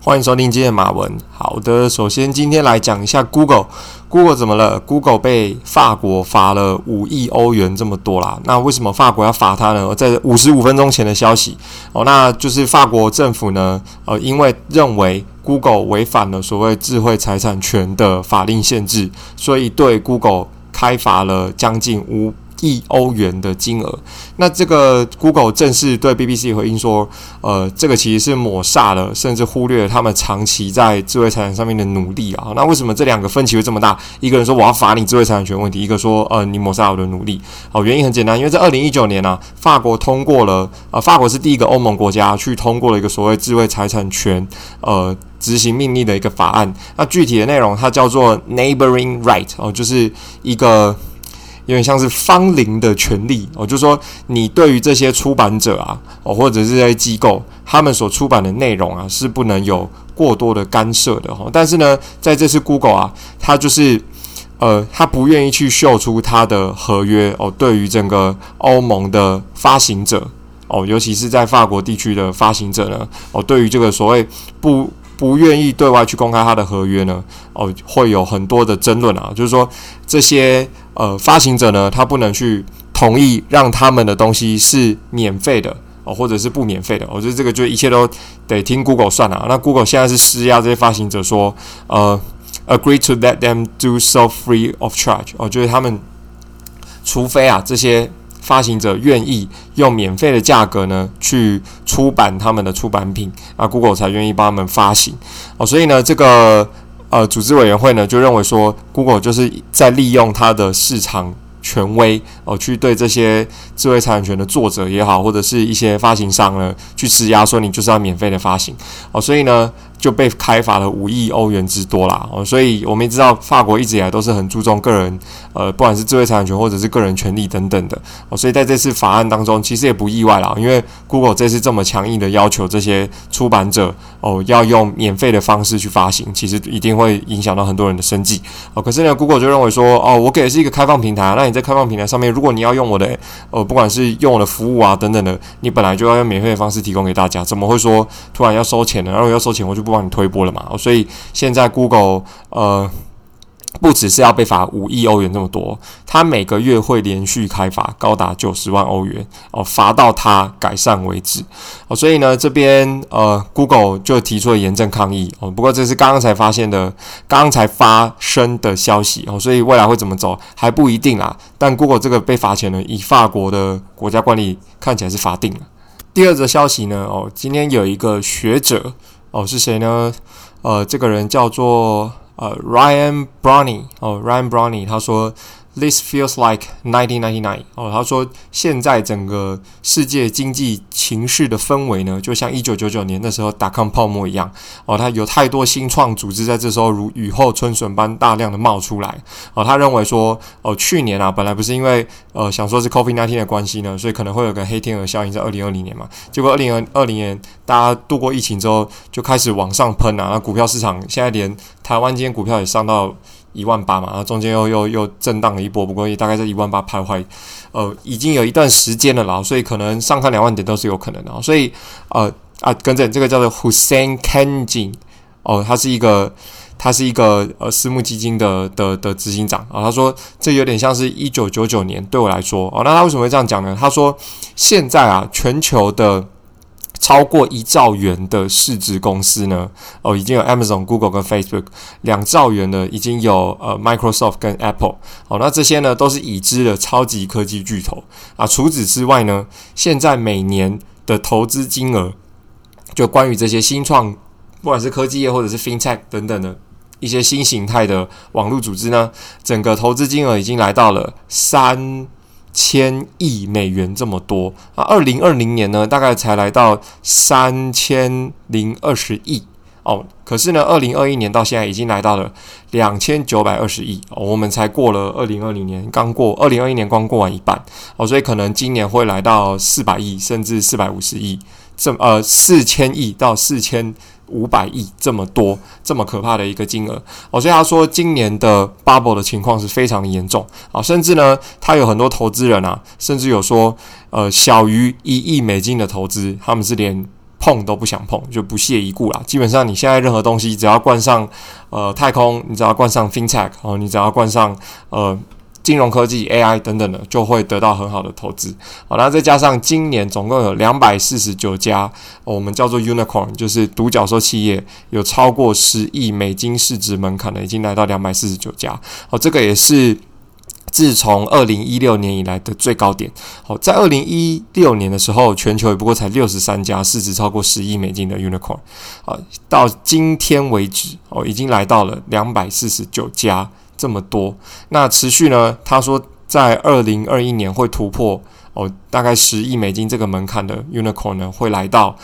欢迎收听今天的马文。好的，首先今天来讲一下 Google 怎么了 ？Google 被法国罚了5亿欧元这么多啦。那为什么法国要罚它呢？在55分钟前的消息那就是法国政府呢，因为认为 Google 违反了所谓智慧财产权的法令限制，所以对 Google 开罚了将近5亿欧元的金额。那这个 Google 正式对 BBC 回应说，这个其实是抹煞了，甚至忽略了他们长期在智慧财产上面的努力啊。那为什么这两个分歧会这么大？一个人说我要罚你智慧财产权问题，一个说你抹杀我的努力。原因很简单，因为在2019年啊，法国通过了，法国是第一个欧盟国家去通过了一个所谓智慧财产权执行命令的一个法案。那具体的内容它叫做 Neighboring Right 就是一个有点像是芳邻的权利就是说你对于这些出版者啊或者是这些机构他们所出版的内容啊是不能有过多的干涉的但是呢，在这次 Google 啊，它就是他不愿意去秀出他的合约对于整个欧盟的发行者尤其是在法国地区的发行者呢对于这个所谓不愿意对外去公开他的合约呢会有很多的争论啊，就是说这些发行者呢，他不能去同意让他们的东西是免费的或者是不免费的我觉得这个就一切都得听 Google 算了。那 Google 现在是施压这些发行者说agree to let them do so free of charge 就是他们除非这些发行者愿意用免费的价格呢去出版他们的出版品Google 才愿意帮他们发行所以呢这个组织委员会呢就认为说 Google 就是在利用它的市场权威去对这些智慧财产权的作者也好，或者是一些发行商呢去施压，说你就是要免费的发行所以呢就被开罚了5亿欧元之多啦所以我们也知道法国一直以来都是很注重个人不管是智慧财产权或者是个人权利等等的所以在这次法案当中其实也不意外啦，因为 Google 这次这么强硬的要求这些出版者要用免费的方式去发行，其实一定会影响到很多人的生计可是呢 Google 就认为说我给的是一个开放平台那你在开放平台上面，如果你要用我的不管是用我的服务等等的，你本来就要用免费的方式提供给大家，怎么会说突然要收钱呢？然后要收钱我就不帮你推播了嘛所以现在 Google 不只是要被罚5亿欧元这么多，它每个月会连续开罚高达90万欧元罚到它改善为止所以呢这边Google 就提出了严正抗议不过这是刚刚才发生的消息所以未来会怎么走还不一定啦，但 Google 这个被罚钱呢，以法国的国家惯例看起来是罚定了。第二则消息呢今天有一个学者是谁呢这个人叫做Ryan Browning 他说 This feels like 1999他说现在整个世界经济情势的氛围呢，就像1999年那时候.com 泡沫一样他有太多新创组织在这时候如雨后春笋般大量的冒出来他认为说去年本来不是因为想说是 COVID-19 的关系呢，所以可能会有个黑天鹅效应在2020年嘛，结果2020年大家度过疫情之后就开始往上喷那股票市场现在连台湾今天股票也上到18000嘛，然后中间又震荡了一波，不过也大概在18000徘徊，已经有一段时间了啦，所以可能上看2万点都是有可能的所以更正，这个叫做 Hussein Kenji他是一个私募基金的执行长他说这有点像是1999年对我来说那他为什么会这样讲呢？他说现在全球的超过1兆元的市值公司呢已经有 Amazon、Google 跟 Facebook 2兆元的已经有Microsoft 跟 Apple 那这些呢都是已知的超级科技巨头除此之外呢，现在每年的投资金额就关于这些新创不管是科技业或者是 FinTech 等等的一些新形态的网络组织呢，整个投资金额已经来到了3000亿美元这么多2020年呢大概才来到3020亿可是呢2021年到现在已经来到了2920亿我们才过了2020年2021年刚过完一半所以可能今年会来到400亿甚至450亿4000亿到4500亿这么多这么可怕的一个金额所以他说今年的 bubble 的情况是非常的严重甚至呢他有很多投资人甚至有说小于1亿美金的投资他们是连碰都不想碰，就不屑一顾啦。基本上你现在任何东西只要冠上太空，你只要冠上 FinTech 你只要冠上金融科技、AI 等等的，就会得到很好的投资。好，那再加上今年总共有249家，我们叫做 Unicorn， 就是独角兽企业，有超过10亿美金市值门槛的，已经来到249家。好，这个也是自从2016年以来的最高点。好，在2016年的时候，全球也不过才63家市值超过10亿美金的 Unicorn。到今天为止，已经来到了249家。这么多，那持续呢？他说在2021年会突破大概10亿美金这个门槛的 Unicorn 呢，会来到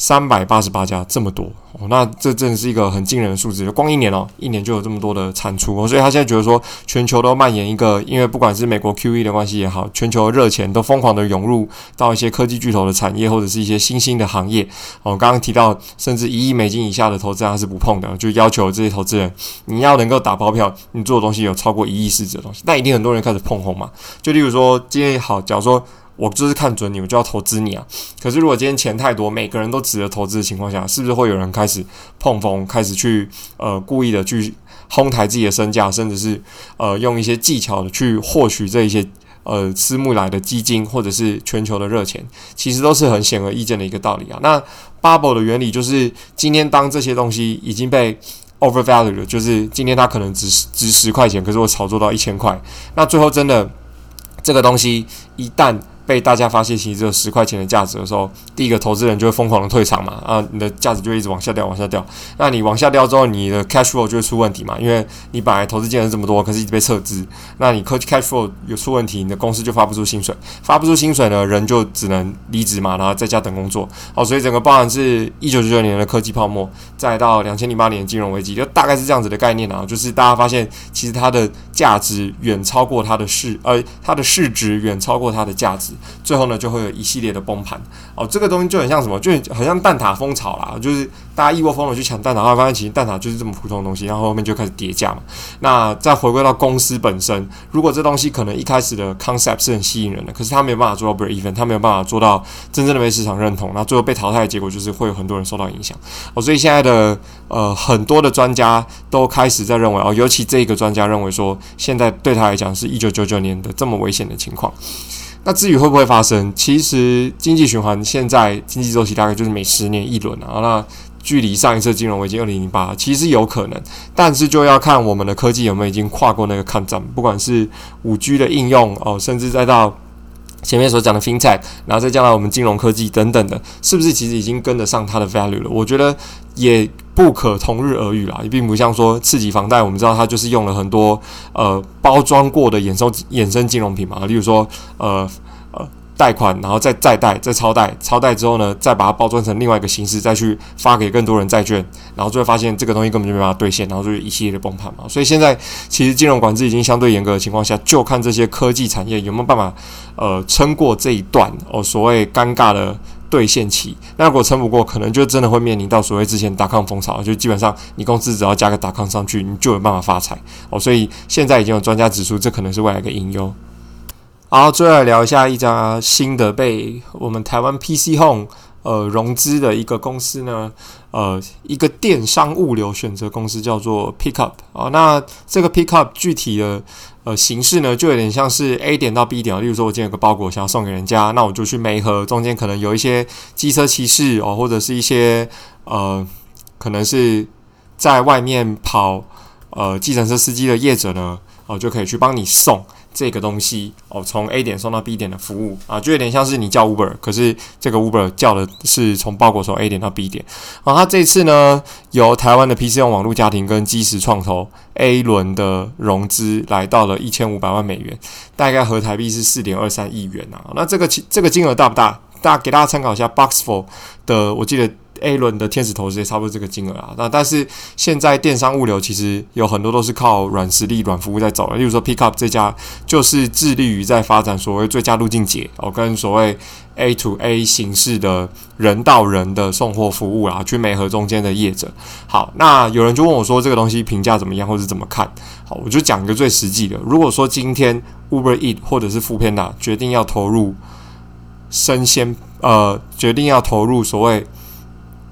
388家，这么多那这真的是一个很惊人的数字，光一年就有这么多的产出所以他现在觉得说，全球都蔓延一个，因为不管是美国 QE 的关系也好，全球的热钱都疯狂的涌入到一些科技巨头的产业，或者是一些新兴的行业刚刚提到，甚至1亿美金以下的投资他是不碰的，就要求这些投资人你要能够打包票，你做的东西有超过1亿市值的东西，那一定很多人开始碰红嘛。就例如说，今天好，假如说我就是看准你，我就要投资你啊。可是如果今天钱太多，每个人都值得投资的情况下，是不是会有人开始碰风，开始去故意的去哄抬自己的身价，甚至是用一些技巧的去获取这一些私募来的基金或者是全球的热钱，其实都是很显而易见的一个道理啊。那 bubble 的原理就是，今天当这些东西已经被overvalued 了，就是今天它可能值10块钱，可是我炒作到1000块，那最后真的这个东西一旦被大家发现其实只有10块钱的价值的时候，第一个投资人就会疯狂的退场嘛，你的价值就会一直往下掉。那你往下掉之后，你的 cash flow 就会出问题嘛，因为你本来投资金额这么多，可是一直被撤资，那你 cash flow 有出问题，你的公司就发不出薪水呢，人就只能离职嘛，然后在家等工作。所以整个包含是1999年的科技泡沫，再到2008年金融危机，就大概是这样子的概念啊，就是大家发现其实它的价值远超过它的市值远超过它的价值。最后呢，就会有一系列的崩盘这个东西就很像什么，就很像蛋挞风潮啦，就是大家一窝蜂的去抢蛋挞，后来发现其实蛋挞就是这么普通的东西，然后后面就开始跌价嘛。那再回归到公司本身，如果这东西可能一开始的 concept 是很吸引人的，可是它没有办法做到 break even， 它没有办法做到真正的被市场认同，那最后被淘汰的结果就是会有很多人受到影响所以现在的很多的专家都开始在认为尤其这个专家认为说，现在对他来讲是1999年的这么危险的情况。那至于会不会发生，其实经济循环现在经济周期大概就是每10年一轮那距离上一次金融危机2008其实有可能，但是就要看我们的科技有没有已经跨过那个抗战，不管是 5G 的应用甚至再到前面所讲的 FinTech， 然后再加上我们金融科技等等的，是不是其实已经跟得上它的 value 了？我觉得也不可同日而语啦，也并不像说次级房贷，我们知道它就是用了很多包装过的衍生金融品嘛，例如说贷款，然后再贷，再超贷之后呢，再把它包装成另外一个形式，再去发给更多人债券，然后就会发现这个东西根本就没办法兑现，然后就一系列的崩盘嘛。所以现在其实金融管制已经相对严格的情况下，就看这些科技产业有没有办法撑过这一段所谓尴尬的兑现期。那如果撑不过，可能就真的会面临到所谓之前.com风潮，就基本上你公司只要加个.com上去，你就有办法发财所以现在已经有专家指出，这可能是未来一个隐忧。好，最后来聊一下一家新的被我们台湾 PC Home 融资的一个公司呢，一个电商物流选择公司叫做 Pickup 那这个 Pickup 具体的形式呢，就有点像是 A 点到 B 点例如说我今天有个包裹想要送给人家，那我就去媒合，中间可能有一些机车骑士或者是一些可能是在外面跑计程车司机的业者呢就可以去帮你送这个东西从 A 点送到 B 点的服务就有点像是你叫 Uber， 可是这个 Uber 叫的是从包裹从 A 点到 B 点它这次呢由台湾的 PC 用网络家庭跟基石创投 A 轮的融资来到了1500万美元，大概合台币是 4.23 亿元那这个金额大不大？给大家参考一下 Boxful 的，我记得A 轮的天使投资也差不多这个金额那但是现在电商物流其实有很多都是靠软实力、软服务在走的，例如说 Pickup 这家就是致力于在发展所谓最佳路径解跟所谓 A to A 形式的人到人的送货服务去媒合中间的业者。好，那有人就问我说这个东西评价怎么样，或者怎么看？好，我就讲一个最实际的。如果说今天 Uber Eats 或者是 Foodpanda 决定要投入决定要投入所谓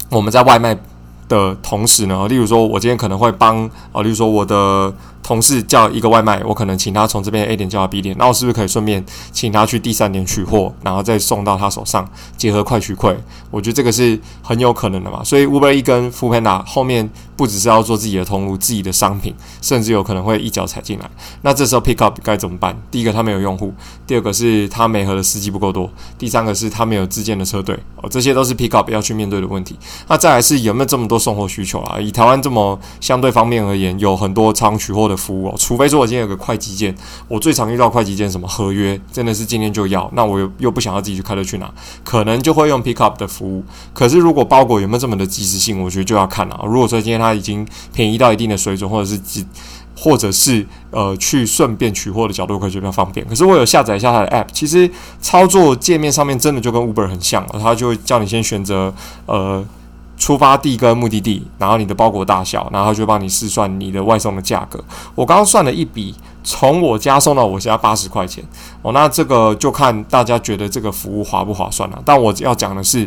我们在外卖的同时呢，例如说我今天可能会帮例如说我的同事叫一个外卖，我可能请他从这边 A 点叫到 B 点，那我是不是可以顺便请他去第3点取货，然后再送到他手上，结合快取快？我觉得这个是很有可能的嘛。所以 Uber Eats 跟 Foodpanda 后面不只是要做自己的通路、自己的商品，甚至有可能会一脚踩进来。那这时候 Pickup 该怎么办？第一个，他没有用户；第二个是他媒合的司机不够多；第三个是他没有自建的车队。这些都是 Pickup 要去面对的问题。那再来是有没有这么多送货需求啦？以台湾这么相对方面而言，有很多常取货的服务除非说我今天有个快急件，我最常遇到快急件什么合约，真的是今天就要，那我又不想要自己去开车去拿，可能就会用 Pickup 的服务。可是如果包裹有没有这么的及时性，我觉得就要看啦。如果说今天它已经便宜到一定的水准，或者是去顺便取货的角度，可以觉得比较方便。可是我有下载一下它的 App， 其实操作界面上面真的就跟 Uber 很像，它就会叫你先选择出发地跟目的地，然后你的包裹大小，然后就帮你试算你的外送的价格。我刚刚算了一笔，从我家送到我家80块钱那这个就看大家觉得这个服务划不划算了。但我要讲的是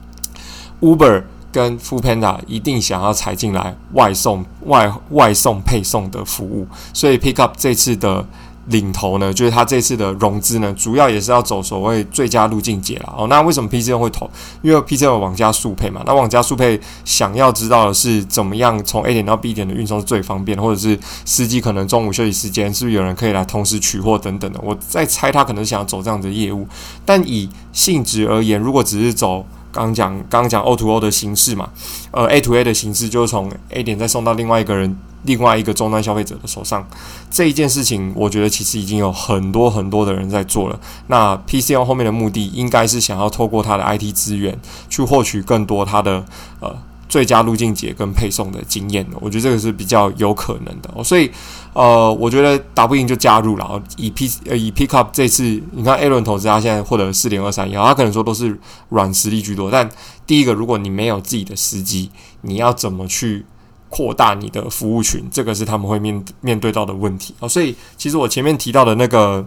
，Uber 跟 Foodpanda 一定想要踩进来外送配送的服务，所以 Pickup 这次的领头呢，就是他这次的融资呢，主要也是要走所谓最佳路径解啦。那为什么 PChome 会投？因为 PChome 有网加速配嘛。那网加速配想要知道的是怎么样从 A 点到 B 点的运送是最方便，或者是司机可能中午休息时间是不是有人可以来同时取货等等的。我在猜他可能想要走这样的业务，但以性质而言，如果只是走刚刚讲 O2O 的形式嘛，A to A 的形式就是从 A 点再送到另外一个终端消费者的手上，这一件事情，我觉得其实已经有很多的人在做了。那 PChome 后面的目的应该是想要透过它的 IT 资源去获取更多它的最佳路径解跟配送的经验，我觉得这个是比较有可能的。所以我觉得打不赢就加入了。以 Pickup 这次，你看 A 轮投资，他现在获得 4.23亿，他可能说都是软实力居多。但第一个，如果你没有自己的司机，你要怎么去扩大你的服务群，这个是他们会面对到的问题。所以其实我前面提到的那个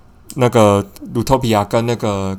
Lutopia 跟那个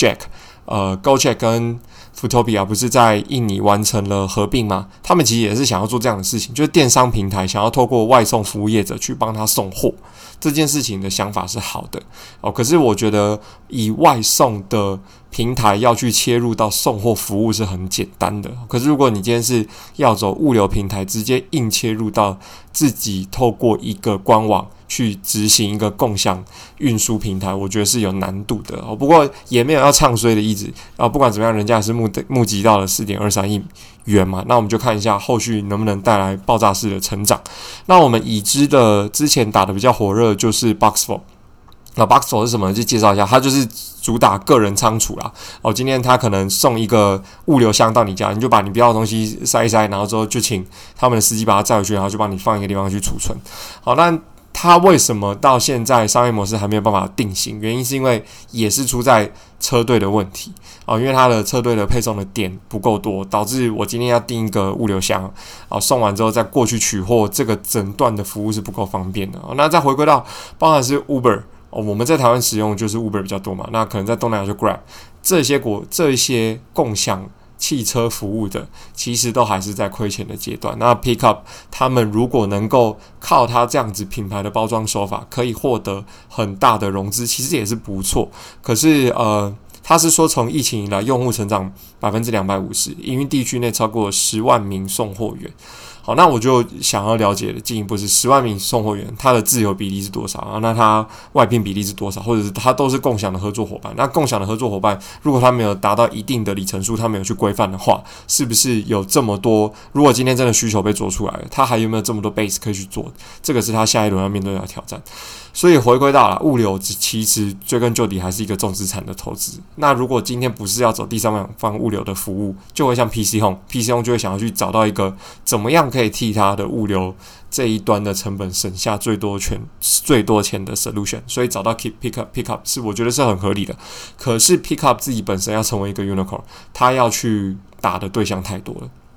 Gojek 跟 Foodtopia 不是在印尼完成了合并吗？他们其实也是想要做这样的事情，就是电商平台想要透过外送服务业者去帮他送货，这件事情的想法是好的可是我觉得以外送的平台要去切入到送货服务是很简单的，可是如果你今天是要走物流平台，直接硬切入到自己透过一个官网去执行一个共享运输平台，我觉得是有难度的不过也没有要唱衰的意思不管怎么样，人家也是募集到了 4.23 亿元嘛，那我们就看一下后续能不能带来爆炸式的成长。那我们已知的之前打的比较火热就是 Boxful。那 Boxful 是什么？就介绍一下，它就是主打个人仓储啦。今天他可能送一个物流箱到你家，你就把你不要的东西塞一塞，然后之后就请他们的司机把它载回去，然后就帮你放一个地方去储存。好，那它为什么到现在商业模式还没有办法定型？原因是因为也是出在车队的问题因为它的车队的配送的点不够多，导致我今天要订一个物流箱送完之后再过去取货，这个整段的服务是不够方便的那再回归到包含是 Uber我们在台湾使用就是 Uber 比较多嘛，那可能在东南亚就 Grab 这些共享汽车服务的，其实都还是在亏钱的阶段。那 Pickup 他们如果能够靠它这样子品牌的包装手法，可以获得很大的融资，其实也是不错。可是他是说从疫情以来用户成长 250%， 营运地区内超过10万名送货员。好，那我就想要了解的进一步是10万名送货员，他的自由比例是多少那他外聘比例是多少？或者是他都是共享的合作伙伴？那共享的合作伙伴，如果他没有达到一定的里程数，他没有去规范的话，是不是有这么多？如果今天真的需求被做出来了，他还有没有这么多 base 可以去做？这个是他下一轮要面对的挑战。所以回归到了物流，其实追根究底还是一个重资产的投资。那如果今天不是要走第三方物流的服务，就会像 PChome 就会想要去找到一个怎么样可以替他的物流这一端的成本省下最多钱的 solution， 所以找到 Pickup 是我觉得是很合理的。可是 Pickup 自己本身要成为一个 unicorn， 他要去打的对象太多了。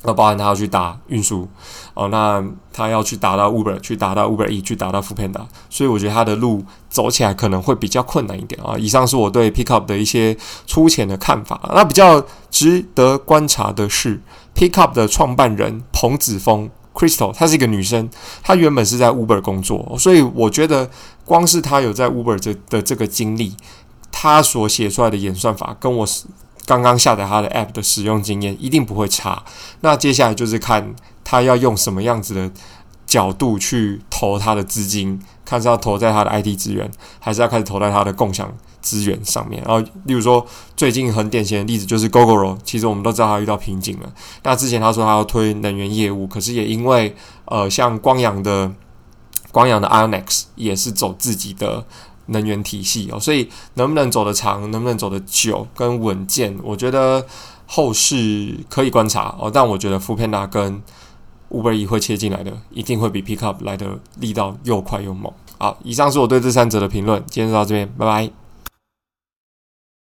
包含他要去打运输那他要去打到 Uber， 去打到 Uber E， 去打到 Foodpanda， 所以我觉得他的路走起来可能会比较困难一点以上是我对 Pickup 的一些粗浅的看法。那比较值得观察的是 Pickup 的创办人彭子峰 Crystal， 她是一个女生，她原本是在 Uber 工作，所以我觉得光是她有在 Uber 的这个经历，她所写出来的演算法跟我刚刚下载他的 App 的使用经验一定不会差。那接下来就是看他要用什么样子的角度去投他的资金，看是要投在他的 IT 资源，还是要开始投在他的共享资源上面。然后，例如说最近很典型的例子就是 Gogoro， 其实我们都知道他遇到瓶颈了。那之前他说他要推能源业务，可是也因为像光阳的 Ionex 也是走自己的能源体系所以能不能走得长，能不能走得久跟稳健，我觉得后市可以观察但我觉得 Foodpanda 跟 Uber E 会切进来的，一定会比 Pickup 来的力道又快又猛。好，以上是我对这三者的评论，今天就到这边，拜拜。